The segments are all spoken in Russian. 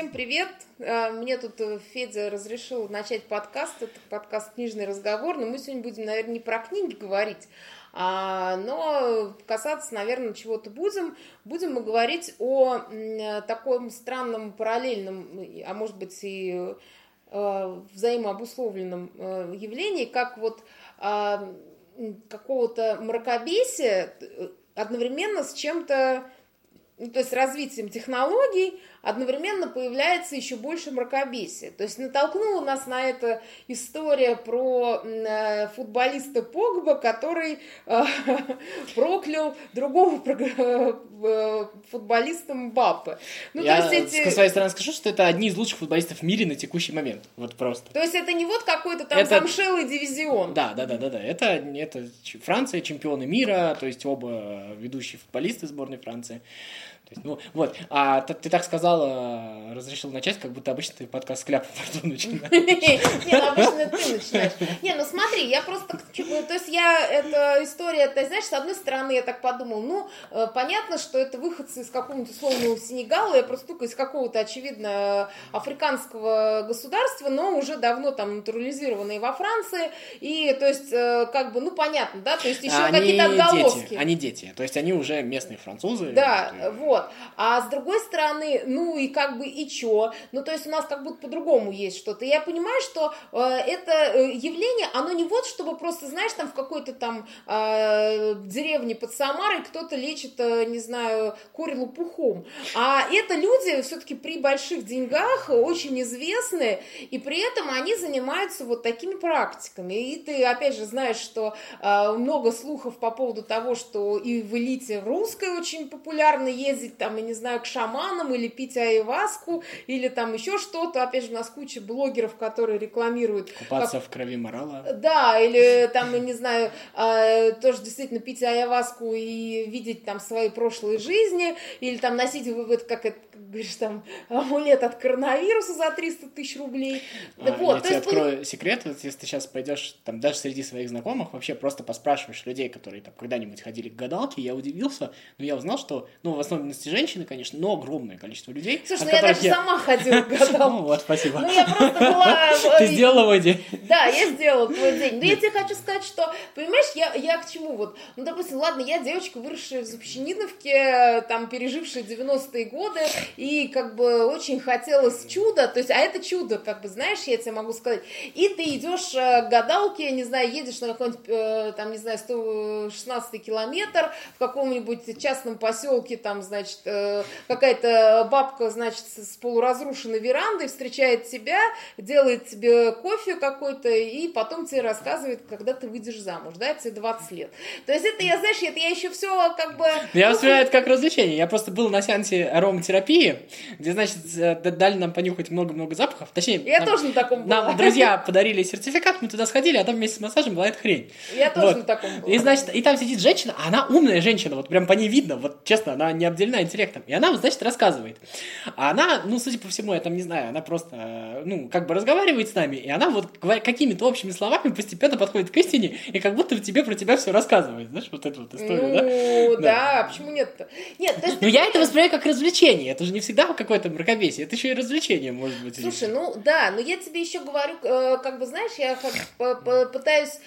Всем привет! Мне тут Федя разрешил начать подкаст. Это подкаст «Книжный разговор». Но мы сегодня будем, наверное, не про книги говорить, но касаться, наверное, чего-то будем. Будем мы говорить о таком странном, параллельном, а может быть и взаимообусловленном явлении, как вот какого-то мракобесия одновременно с чем-то, то есть развитием технологий, одновременно появляется еще больше мракобесия. То есть натолкнула нас на это история про футболиста Погба, который проклял другого футболиста Мбаппе. Я со своей стороны скажу, что это одни из лучших футболистов в мире на текущий момент. Вот просто. То есть это не вот какой-то там замшелый дивизион. Да. Это Франция, чемпионы мира, то есть оба ведущие футболисты сборной Франции. То есть, ну, вот. А ты так сказала, разрешил начать, как будто обычно ты подкаст с Кляпом начинаешь. Не, ну обычно ты начинаешь. Не, ну смотри, я просто, то есть эта история, ты знаешь, с одной стороны, я так подумала, понятно, что это выходцы из какого-нибудь условного Сенегала, я просто только из какого-то, очевидно, африканского государства, но уже давно там натурализированные во Франции, и, то есть, понятно, да, то есть еще какие-то отголоски. Они дети, то есть они уже местные французы. Да, вот. А с другой стороны, и чё? То есть у нас как будто по-другому есть что-то. И я понимаю, что это явление, оно не вот, чтобы просто, знаешь, там в какой-то там деревне под Самарой кто-то лечит, не знаю, корь лопухом. А это люди все-таки при больших деньгах, очень известные, и при этом они занимаются вот такими практиками. И ты, опять же, знаешь, что много слухов по поводу того, что и в элите русской очень популярно ездить там, я не знаю, к шаманам или пить айваску, или там еще что-то. Опять же, у нас куча блогеров, которые рекламируют. Купаться в крови морала. Да, или там, я не знаю, тоже действительно пить айваску и видеть там свои прошлые жизни, или там носить, как говоришь, там, амулет от коронавируса за 300 тысяч рублей. Я тебе открою секрет, вот если ты сейчас пойдешь там даже среди своих знакомых, вообще просто поспрашиваешь людей, которые там когда-нибудь ходили к гадалке, я удивился, но я узнал, что, в основном женщины, конечно, но огромное количество людей. Слушай, я даже сама ходила к гадалке. Ну вот, спасибо. Я просто была... Ты сделала мой день. Да, я сделала твой день. Но я тебе хочу сказать, что, понимаешь, я к чему вот? Допустим, ладно, я девочка, выросшая в Запчениновке, там, пережившая 90-е годы, и очень хотелось чуда, то есть, а это чудо, знаешь, я тебе могу сказать. И ты идешь к гадалке, не знаю, едешь на какой-нибудь, там, не знаю, 116-й километр в каком-нибудь частном поселке, там, значит, какая-то бабка, значит, с полуразрушенной верандой встречает тебя, делает тебе кофе какой-то и потом тебе рассказывает, когда ты выйдешь замуж, да, тебе 20 лет. То есть это, я еще все Я воспринимаю это как развлечение. Я просто был на сеансе ароматерапии, где, значит, дали нам понюхать много-много запахов. Точнее, я тоже на таком была. Нам друзья подарили сертификат, мы туда сходили, а там вместе с массажем была эта хрень. Я тоже на таком была. И, значит, и там сидит женщина, а она умная женщина, вот прям по ней видно, вот честно, она не обделена интеллектом. И она, значит, рассказывает. А она, судя по всему, я там не знаю, она просто, разговаривает с нами, и она вот какими-то общими словами постепенно подходит к истине, и как будто тебе про тебя все рассказывает. Знаешь, вот эту вот историю, да? Почему нет-то? Нет, то есть... я это воспринимаю как развлечение. Это же не всегда какое-то мракобесие, это еще и развлечение, может быть. Слушай, да, но я тебе еще говорю, знаешь, я пытаюсь...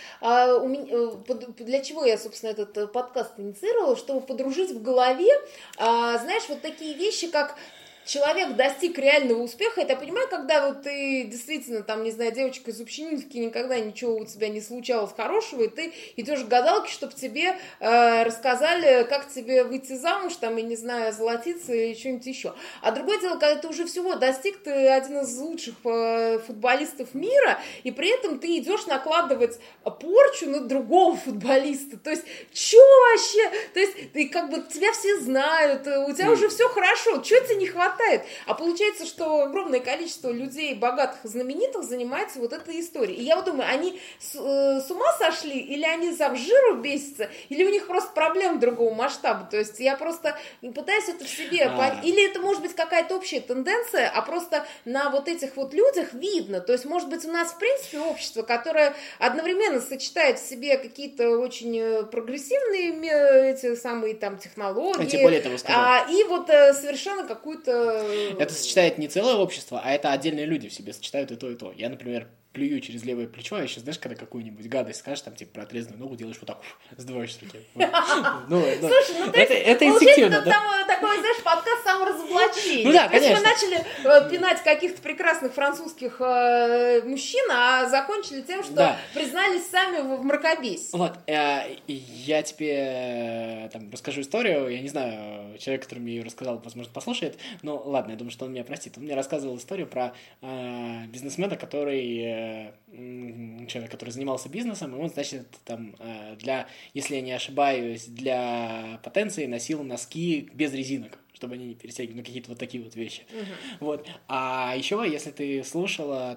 Для чего я, собственно, этот подкаст инициировала? Чтобы подружить в голове, знаешь, вот такие вещи, как человек достиг реального успеха, это я понимаю, когда вот ты действительно, там, не знаю, девочка из Общениновки, никогда ничего у тебя не случалось хорошего, и ты идешь к гадалке, чтобы тебе рассказали, как тебе выйти замуж, там, я не знаю, золотиться или что-нибудь еще. А другое дело, когда ты уже всего достиг, ты один из лучших футболистов мира, и при этом ты идешь накладывать порчу на другого футболиста. То есть, что вообще? То есть, ты тебя все знают, у тебя уже все хорошо, что тебе не хватает? А получается, что огромное количество людей, богатых и знаменитых, занимается вот этой историей. И я вот думаю, они с ума сошли, или они за жиру бесятся, или у них просто проблемы другого масштаба. То есть я просто пытаюсь это в себе понять. Или это может быть какая-то общая тенденция, а просто на вот этих вот людях видно. То есть, может быть, у нас, в принципе, общество, которое одновременно сочетает в себе какие-то очень прогрессивные эти самые там технологии. Тем более того сказал. И вот совершенно какую-то... Это сочетает не целое общество, а это отдельные люди в себе сочетают и то, и то. Я, например, плюю через левое плечо, а еще, знаешь, когда какую-нибудь гадость скажешь, там, типа, про отрезанную ногу делаешь вот так, сдуваешь с руки. Слушай, ну это инстинктивно, да? Там такой, знаешь, подкаст саморазоблачения. Ну да, конечно. Мы начали пинать каких-то прекрасных французских мужчин, а закончили тем, что признались сами в мракобесии. Вот, я тебе там расскажу историю, я не знаю, человек, который мне ее рассказал, возможно, послушает, но ладно, я думаю, что он меня простит. Он мне рассказывал историю про бизнесмена, который человек, который занимался бизнесом, и он, значит, там если я не ошибаюсь, для потенции носил носки без резинок, чтобы они не перетягивали, ну, какие-то вот такие вот вещи. Вот. А еще, если ты слушала,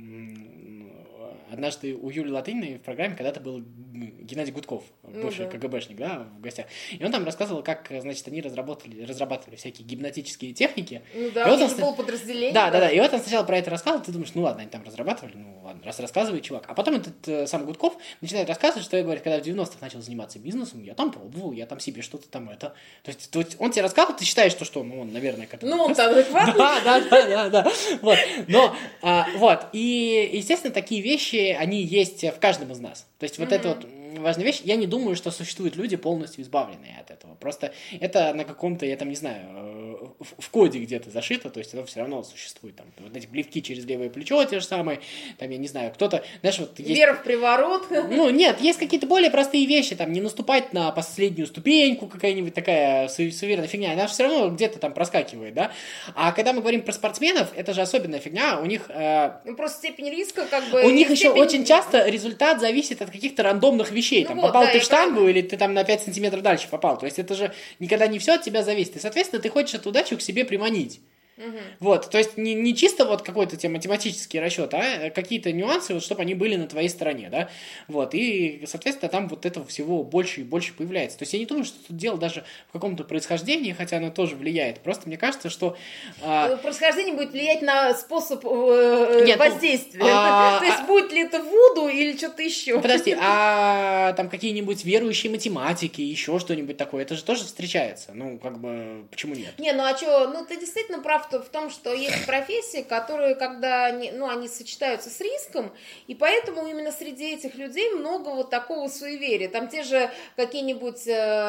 там, однажды у Юли Латыниной в программе когда-то был Геннадий Гудков, бывший КГБшник, да, в гостях. И он там рассказывал, как, значит, они разрабатывали всякие гипнотические техники. Ну да, у них было подразделение. Да. И вот он сначала про это рассказывал, ты думаешь, ну ладно, они там разрабатывали, ну ладно, раз рассказывает чувак. А потом этот сам Гудков начинает рассказывать, что я, говорю, когда в 90-х начал заниматься бизнесом, я там пробовал, я там себе что-то там это... То есть он тебе рассказывал, ты считаешь, что ну, он, наверное, как-то... Ну, он там адекватный. Да. Вот. Но, вот. И, естественно, такие вещи, они есть в каждом из нас. То есть вот это вот важная вещь. Я не думаю, что существуют люди полностью избавленные от этого. Просто это на каком-то, я там не знаю, в коде где-то зашито, то есть это все равно существует. Там вот эти плевки через левое плечо те же самые, там, я не знаю, кто-то, знаешь, вот есть... Вера в приворот. Ну, нет, есть какие-то более простые вещи, там, не наступать на последнюю ступеньку, какая-нибудь такая суеверная фигня, она все равно где-то там проскакивает, да. А когда мы говорим про спортсменов, это же особенная фигня, у них... просто степень риска, как бы... У них еще очень часто результат зависит от каких-то рандомных вещей. Ну там, вот, попал ты в штангу или ты там на 5 сантиметров дальше попал. То есть это же никогда не все от тебя зависит. И, соответственно, ты хочешь эту удачу к себе приманить. Вот, то есть не чисто вот какой-то тебе математический расчет, а какие-то нюансы, вот, чтобы они были на твоей стороне, да, вот, и, соответственно, там вот этого всего больше и больше появляется. То есть я не думаю, что тут дело даже в каком-то происхождении, хотя оно тоже влияет, просто мне кажется, что... Происхождение будет влиять на способ воздействия, то есть будет ли это вуду или что-то еще. Подожди, а там какие-нибудь верующие математики, еще что-нибудь такое, это же тоже встречается, ну, как бы, почему нет? Не, ну а что, ну, ты действительно прав в том, что есть профессии, которые, когда они сочетаются с риском, и поэтому именно среди этих людей много вот такого суеверия. Там те же какие-нибудь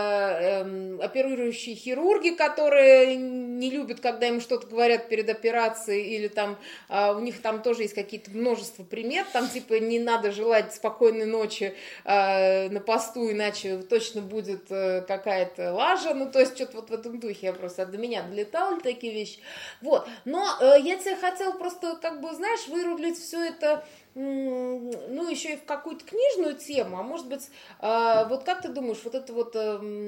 оперирующие хирурги, которые не любят, когда им что-то говорят перед операцией, или там у них там тоже есть какие-то множество примет, там типа не надо желать спокойной ночи на посту, иначе точно будет какая-то лажа, ну то есть что-то вот в этом духе, я просто до меня долетали такие вещи. Вот, но я тебе хотела просто, как бы, знаешь, вырулить все это, ну, еще и в какую-то книжную тему, а может быть, вот как ты думаешь, вот это вот,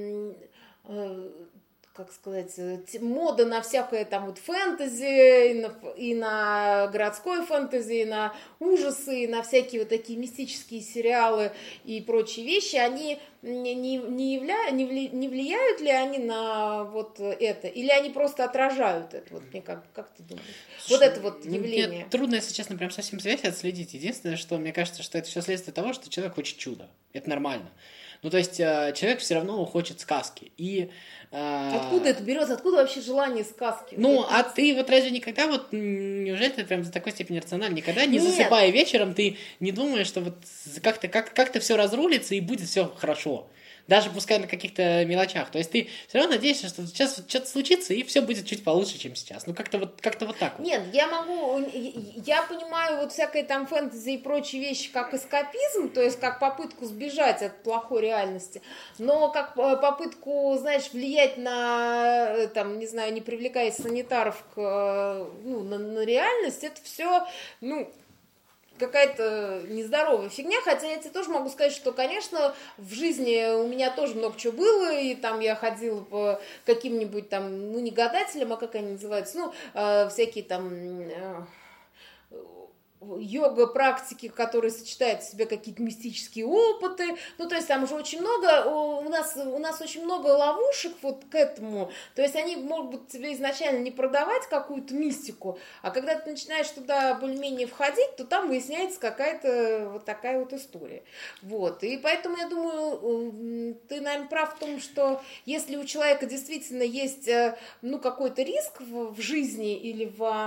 как сказать, мода на всякое там вот фэнтези, и на городской фэнтези, и на ужасы, и на всякие вот такие мистические сериалы и прочие вещи, они не влияют ли они на вот это, или они просто отражают это? Вот мне как ты думаешь? Слушай, вот это вот явление. Мне трудно, если честно, прям совсем связь отследить. Единственное, что мне кажется, что это все следствие того, что человек хочет чуда. Это нормально. Ну, то есть человек все равно хочет сказки. И, откуда это берется? Откуда вообще желание сказки? Ну, а ты вот разве никогда, вот неужели ты прям до такой степени рационально, никогда не засыпая вечером, ты не думаешь, что вот как-то все разрулится и будет все хорошо? Даже пускай на каких-то мелочах. То есть ты все равно надеешься, что сейчас вот что-то случится, и все будет чуть получше, чем сейчас. Ну, как-то вот так вот. Нет, я понимаю вот всякое там фэнтези и прочие вещи как эскапизм, то есть как попытку сбежать от плохой реальности, но как попытку, знаешь, влиять на, там, не знаю, не привлекая санитаров на реальность, это все, какая-то нездоровая фигня, хотя я тебе тоже могу сказать, что, конечно, в жизни у меня тоже много чего было, и там я ходила по каким-нибудь там, не гадателям, а как они называются, всякие там йога-практики, которые сочетают в себе какие-то мистические опыты. Ну, то есть там уже очень много, у нас очень много ловушек вот к этому. То есть они могут быть тебе изначально не продавать какую-то мистику, а когда ты начинаешь туда более-менее входить, то там выясняется какая-то вот такая вот история. Вот. И поэтому я думаю, ты, наверное, прав в том, что если у человека действительно есть, ну, какой-то риск в жизни или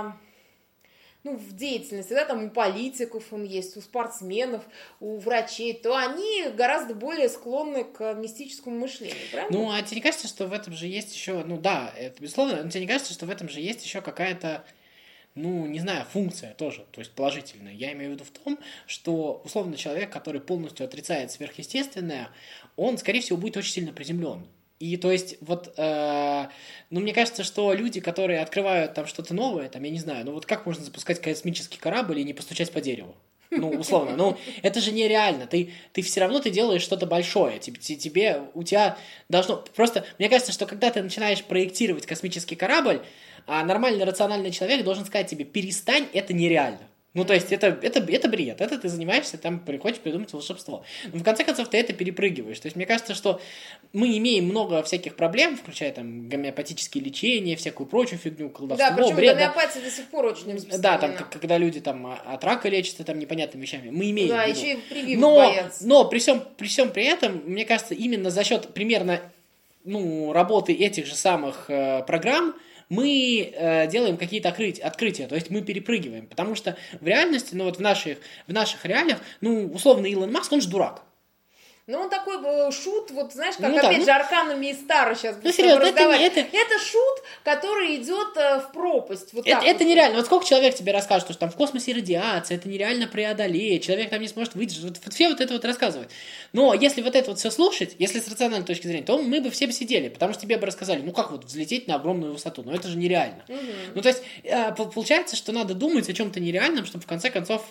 в деятельности, да, там у политиков он есть, у спортсменов, у врачей, то они гораздо более склонны к мистическому мышлению, правильно? Ну, а тебе не кажется, что в этом же есть еще, ну да, это безусловно, но тебе не кажется, что в этом же есть еще какая-то, ну, не знаю, функция тоже, то есть положительная. Я имею в виду в том, что, условно, человек, который полностью отрицает сверхъестественное, он, скорее всего, будет очень сильно приземлен. И то есть вот, ну, мне кажется, что люди, которые открывают там что-то новое, там, я не знаю, ну вот как можно запускать космический корабль и не постучать по дереву? Ну, условно, ну, это же нереально. Ты все равно ты делаешь что-то большое. У тебя должно... Просто, мне кажется, что когда ты начинаешь проектировать космический корабль, нормальный, рациональный человек должен сказать тебе: перестань, это нереально. Ну, то есть, это бред, это ты занимаешься, там, хочешь придумать волшебство. Но, в конце концов, ты это перепрыгиваешь. То есть, мне кажется, что мы имеем много всяких проблем, включая, там, гомеопатические лечения, всякую прочую фигню, колдовство, да, причем бред. гомеопатия до сих пор очень распространена. Да, там, когда люди, там, от рака лечатся, там, непонятными вещами. Мы имеем да, в виду. еще и прививок боятся. Но при всем при этом, мне кажется, именно за счет примерно, ну, работы этих же самых программ, мы делаем какие-то открытия, то есть мы перепрыгиваем, потому что в реальности, ну вот в наших реалиях, ну, условно, Илон Маск, он же дурак. Ну, он такой шут, вот знаешь, как ну, опять да, же Аркана Мейстара сейчас будет серьезно, разговаривать. Это шут, который идет в пропасть. Вот это нереально. Вот сколько человек тебе расскажет, что там в космосе радиация, это нереально преодолеть, человек там не сможет выдержать. Вот все вот это вот рассказывают. Но если вот это вот все слушать, если с рациональной точки зрения, то мы бы все бы сидели, потому что тебе бы рассказали, ну как вот взлететь на огромную высоту, ну это же нереально. Ну то есть получается, что надо думать о чем-то нереальном, чтобы в конце концов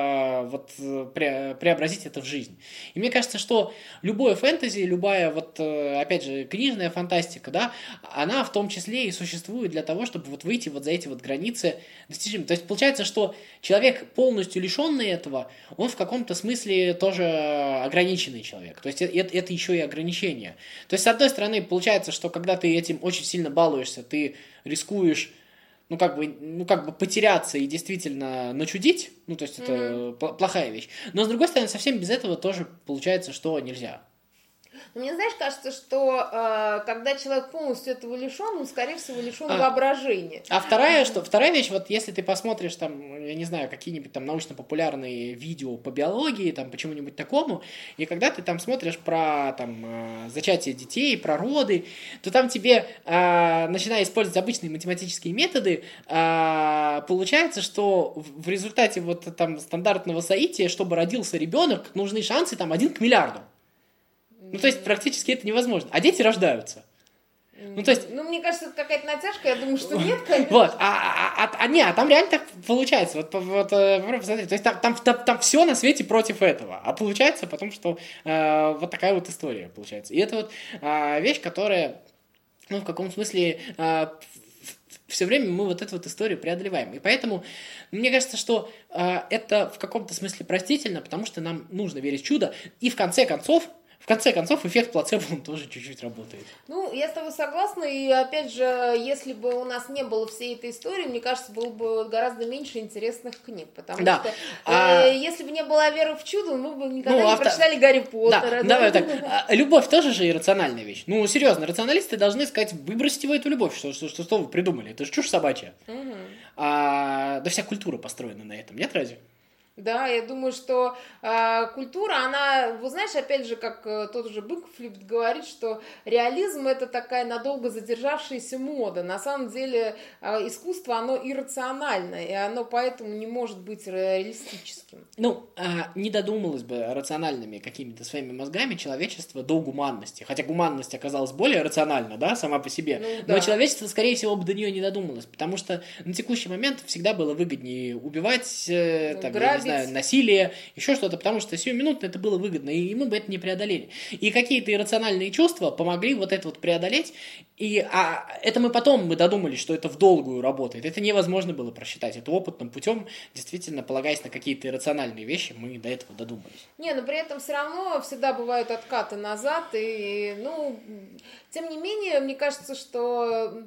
преобразить это в жизнь. И мне кажется, что любое фэнтези, любая, вот, опять же, книжная фантастика, да, она в том числе и существует для того, чтобы вот выйти вот за эти вот границы достижимые. То есть получается, что человек, полностью лишенный этого, он в каком-то смысле тоже ограниченный человек. То есть это еще и ограничение. То есть, с одной стороны, получается, что когда ты этим очень сильно балуешься, ты рискуешь ну, как бы потеряться и действительно начудить, ну, то есть это плохая вещь. Но, с другой стороны, совсем без этого тоже получается, что нельзя. Мне, знаешь, кажется, что когда человек полностью этого лишен, он, скорее всего, лишен воображения. А вторая вещь, вот если ты посмотришь там, я не знаю, какие-нибудь там научно-популярные видео по биологии, там, почему-нибудь такому, и когда ты там смотришь про там зачатие детей, про роды, то там тебе, начиная использовать обычные математические методы, получается, что в результате вот там стандартного соития, чтобы родился ребенок, нужны шансы там 1 к миллиарду. Ну, то есть, практически это невозможно. А дети рождаются. Ну, то есть... Ну, мне кажется, это какая-то натяжка, я думаю, что нет, конечно. Вот, там реально так получается. Вот посмотрите, то есть, там все на свете против этого. А получается потом, что вот такая вот история получается. И это вот вещь, которая, ну, в каком смысле... все время мы вот эту вот историю преодолеваем. И поэтому мне кажется, что это в каком-то смысле простительно, потому что нам нужно верить в чудо. И в конце концов, эффект плацебо, он тоже чуть-чуть работает. Ну, я с тобой согласна, и опять же, если бы у нас не было всей этой истории, мне кажется, было бы гораздо меньше интересных книг, потому что если бы не было веры в чудо, мы бы никогда не прочитали Гарри Поттера. Да, давай так. Любовь тоже же иррациональная вещь. Ну, серьезно, рационалисты должны сказать: выбросьте вы эту любовь, что вы придумали, это же чушь собачья. Да вся культура построена на этом, нет разве? Да, я думаю, что культура, она, вы знаешь, опять же, как тот же Быков любит говорить, что реализм — это такая надолго задержавшаяся мода. На самом деле искусство, оно иррациональное, и оно поэтому не может быть реалистическим. Ну, не додумалось бы рациональными какими-то своими мозгами человечество до гуманности. Хотя гуманность оказалась более рациональна, да, сама по себе. Ну, да. Но человечество, скорее всего, бы до нее не додумалось, потому что на текущий момент всегда было выгоднее убивать, там, грабить, знаю, насилие, еще что-то, потому что сиюминутно это было выгодно, и мы бы это не преодолели. И какие-то иррациональные чувства помогли вот это вот преодолеть, это мы потом додумались, что это в долгую работает. Это невозможно было просчитать. Это опытным путем, действительно, полагаясь на какие-то иррациональные вещи, мы до этого додумались. Не, но при этом все равно всегда бывают откаты назад, тем не менее, мне кажется, что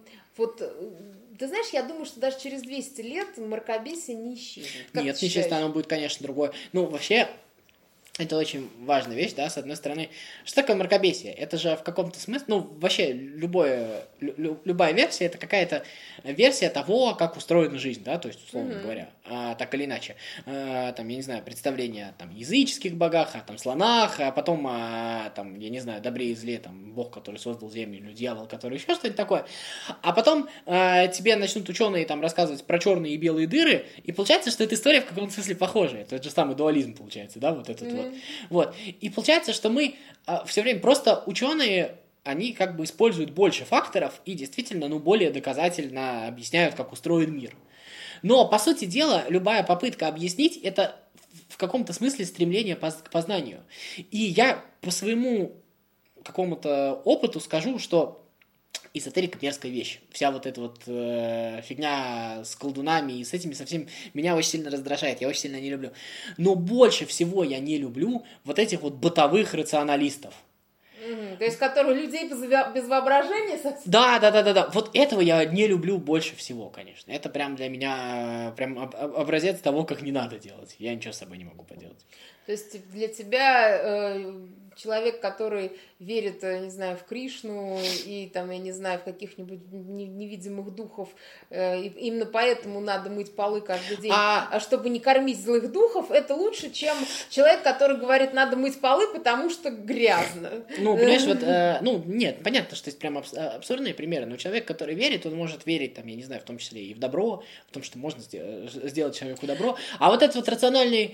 ты знаешь, я думаю, что даже через 200 лет мракобесие не исчезнет. Нет, не исчезнет, оно будет, конечно, другое. Вообще, это очень важная вещь, да, с одной стороны. Что такое мракобесие? Это же в каком-то смысле, вообще, любая версия, это какая-то версия того, как устроена жизнь, да, то есть, условно говоря, так или иначе. Я не знаю, представление о языческих богах, о слонах, а потом я не знаю, добре и зле, бог, который создал землю, или дьявол, который еще что-нибудь такое. А потом тебе начнут ученые рассказывать про черные и белые дыры, и получается, что эта история в каком-то смысле похожая. Это же самый дуализм получается, да, вот этот вот. И получается, что мы все время просто ученые, они используют больше факторов и действительно, более доказательно объясняют, как устроен мир. Но, по сути дела, любая попытка объяснить – это в каком-то смысле стремление к познанию. И я по своему какому-то опыту скажу, что эзотерика – мерзкая вещь. Вся вот эта фигня с колдунами и с этими совсем меня очень сильно раздражает, я очень сильно не люблю. Но больше всего я не люблю вот этих бытовых рационалистов. То есть, которые людей без воображения совсем? Да. Вот этого я не люблю больше всего, конечно. Это прям для меня образец того, как не надо делать. Я ничего с собой не могу поделать. То есть для тебя человек, который верит, не знаю, в Кришну и я не знаю, в каких-нибудь невидимых духов, именно поэтому надо мыть полы каждый день, чтобы не кормить злых духов, это лучше, чем человек, который говорит, надо мыть полы, потому что грязно. Понимаешь, нет, понятно, что есть прям абсурдные примеры, но человек, который верит, он может верить, я не знаю, в том числе и в добро, в том, что можно сделать человеку добро, а вот этот рациональный,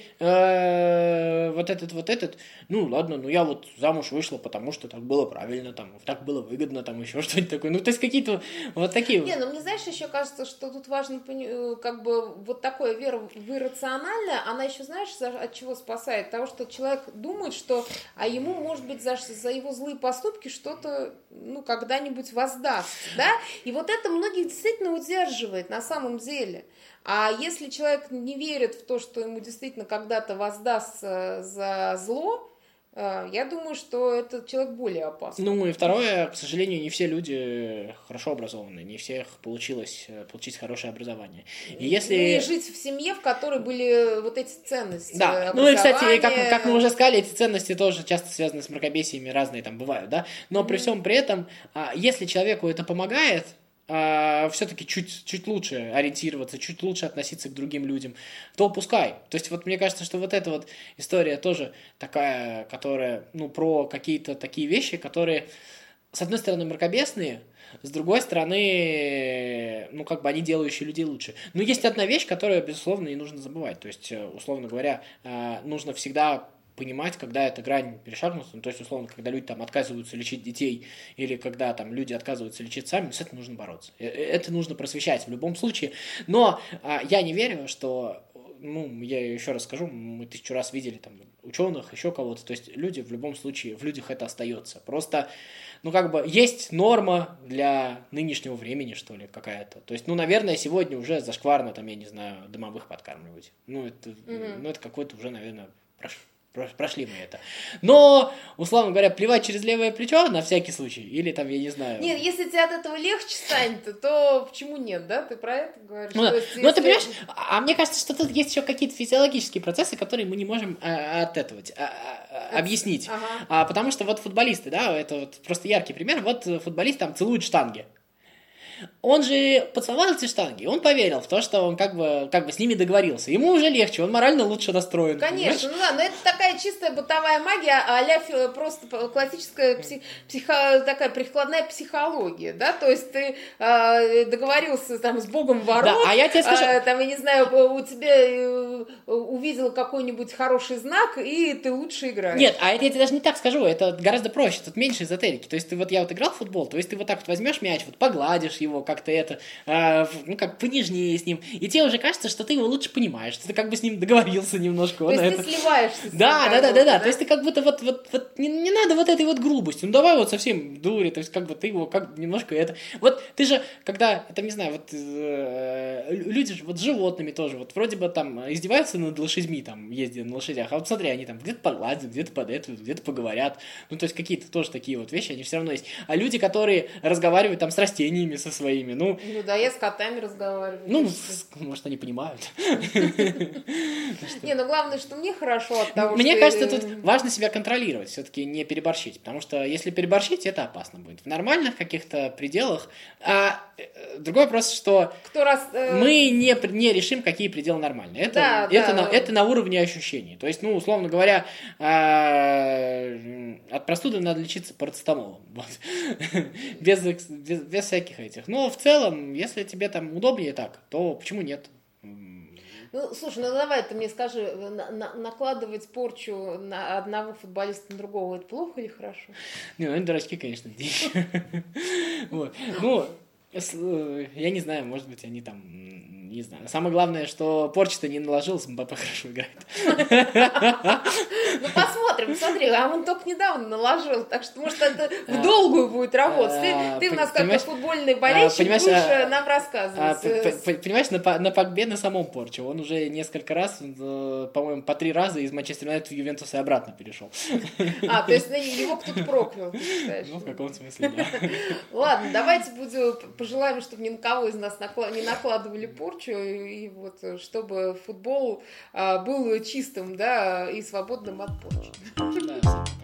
ладно, я замуж вышла, потому что так было правильно, так было выгодно, еще что-нибудь такое. То есть какие-то вот такие... Не, мне, знаешь, еще кажется, что тут важно, вот такая вера в иррациональное, она еще, знаешь, от чего спасает? Того, что человек думает, что, ему, может быть, за его злые поступки что-то, когда-нибудь воздастся, да? И вот это многих действительно удерживает на самом деле. А если человек не верит в то, что ему действительно когда-то воздастся за зло, я думаю, что этот человек более опасный. И второе, к сожалению, не все люди хорошо образованы, не всех получилось получить хорошее образование. И жить в семье, в которой были вот эти ценности. Да, и, кстати, как мы уже сказали, эти ценности тоже часто связаны с мракобесиями, разные бывают, да. Но при всем при этом, если человеку это помогает, все-таки чуть лучше ориентироваться, чуть лучше относиться к другим людям, то пускай. То есть мне кажется, что эта история тоже такая, которая, про какие-то такие вещи, которые, с одной стороны, мракобесные, с другой стороны, они делающие людей лучше. Но есть одна вещь, которую, безусловно, не нужно забывать. То есть, условно говоря, нужно всегда понимать, когда эта грань перешагнута, то есть, условно, когда люди отказываются лечить детей, или когда люди отказываются лечить сами, с этим нужно бороться. Это нужно просвещать в любом случае. Но я не верю, что, я еще раз скажу, мы 1000 раз видели ученых, еще кого-то, то есть люди в любом случае, в людях это остается. Просто, есть норма для нынешнего времени, что ли, какая-то. То есть, наверное, сегодня уже зашкварно, я не знаю, домовых подкармливать. Это какой-то уже, наверное, прошли мы это. Но, условно говоря, плевать через левое плечо на всякий случай, или я не знаю. Нет, если тебе от этого легче станет, то почему нет, да? Ты про это говоришь? Ты понимаешь, мне кажется, что тут есть еще какие-то физиологические процессы, которые мы не можем объяснить. Ага. Потому что футболисты, да, это просто яркий пример, футболист целует штанги. Он же поцеловал эти штанги, он поверил в то, что он как бы с ними договорился. Ему уже легче, он морально лучше настроен. Конечно, но это такая чистая бытовая магия, а-ля просто классическая такая прикладная психология, да, то есть ты договорился с богом ворот, да, а я тебе скажу... я не знаю, у тебя увидел какой-нибудь хороший знак, и ты лучше играешь. Нет, а это я тебе даже не так скажу, это гораздо проще, тут меньше эзотерики. То есть ты я играл в футбол, то есть ты так возьмешь мяч, погладишь его как-то ну, как понежнее с ним, и тебе уже кажется, что ты его лучше понимаешь, что ты как бы с ним договорился немножко. То есть ты сливаешься с ним. Да. То есть ты как будто вот не надо вот этой вот грубости. Ну, давай вот совсем дури, то есть как бы ты его как немножко это... Вот ты же, когда, это не знаю, вот люди же вот с животными тоже, вот вроде бы там издеваются над лошадьми, там, ездя на лошадях, а вот смотри, они там где-то погладят, где-то подэтвуют, где-то поговорят. Ну, то есть какие-то тоже такие вот вещи, они все равно есть. А люди, которые разговаривают там с растениями со своими, ну... Ну да, я с котами разговариваю. Ну, может, они понимают. Не, ну главное, что мне хорошо от того, Мне кажется, тут важно себя контролировать, все-таки не переборщить, потому что если переборщить, это опасно будет. В нормальных каких-то пределах. А другой вопрос, что мы не решим, какие пределы нормальные. Это на уровне ощущений. То есть, ну, условно говоря, от простуды надо лечиться парацетамолом. Вот. без всяких этих. Но в целом, если тебе там удобнее так, то почему нет? Ну, слушай, ну давай ты мне скажи, накладывать порчу на одного футболиста на другого, это плохо или хорошо? Не, ну они дурачки, конечно, дичь. Ну, я не знаю, может быть, они там, не знаю. Самое главное, что порча-то не наложилась, Мбаппе хорошо играет. Ну, посмотрим, смотри, а он только недавно наложил, так что, может, это в долгую будет работать. Ты у нас как футбольный болельщик будешь нам рассказывать. Понимаешь, на Погбе на самом порче. Он уже несколько раз, по-моему, по 3 раза из Манчестер Юнайтед в Ювентус и обратно перешел. То есть его кто-то проклял, ты считаешь? Ну, в каком смысле, да. Ладно, давайте пожелаем, чтобы ни на кого из нас не накладывали порчу, и вот чтобы футбол был чистым, да, и свободным от порчи.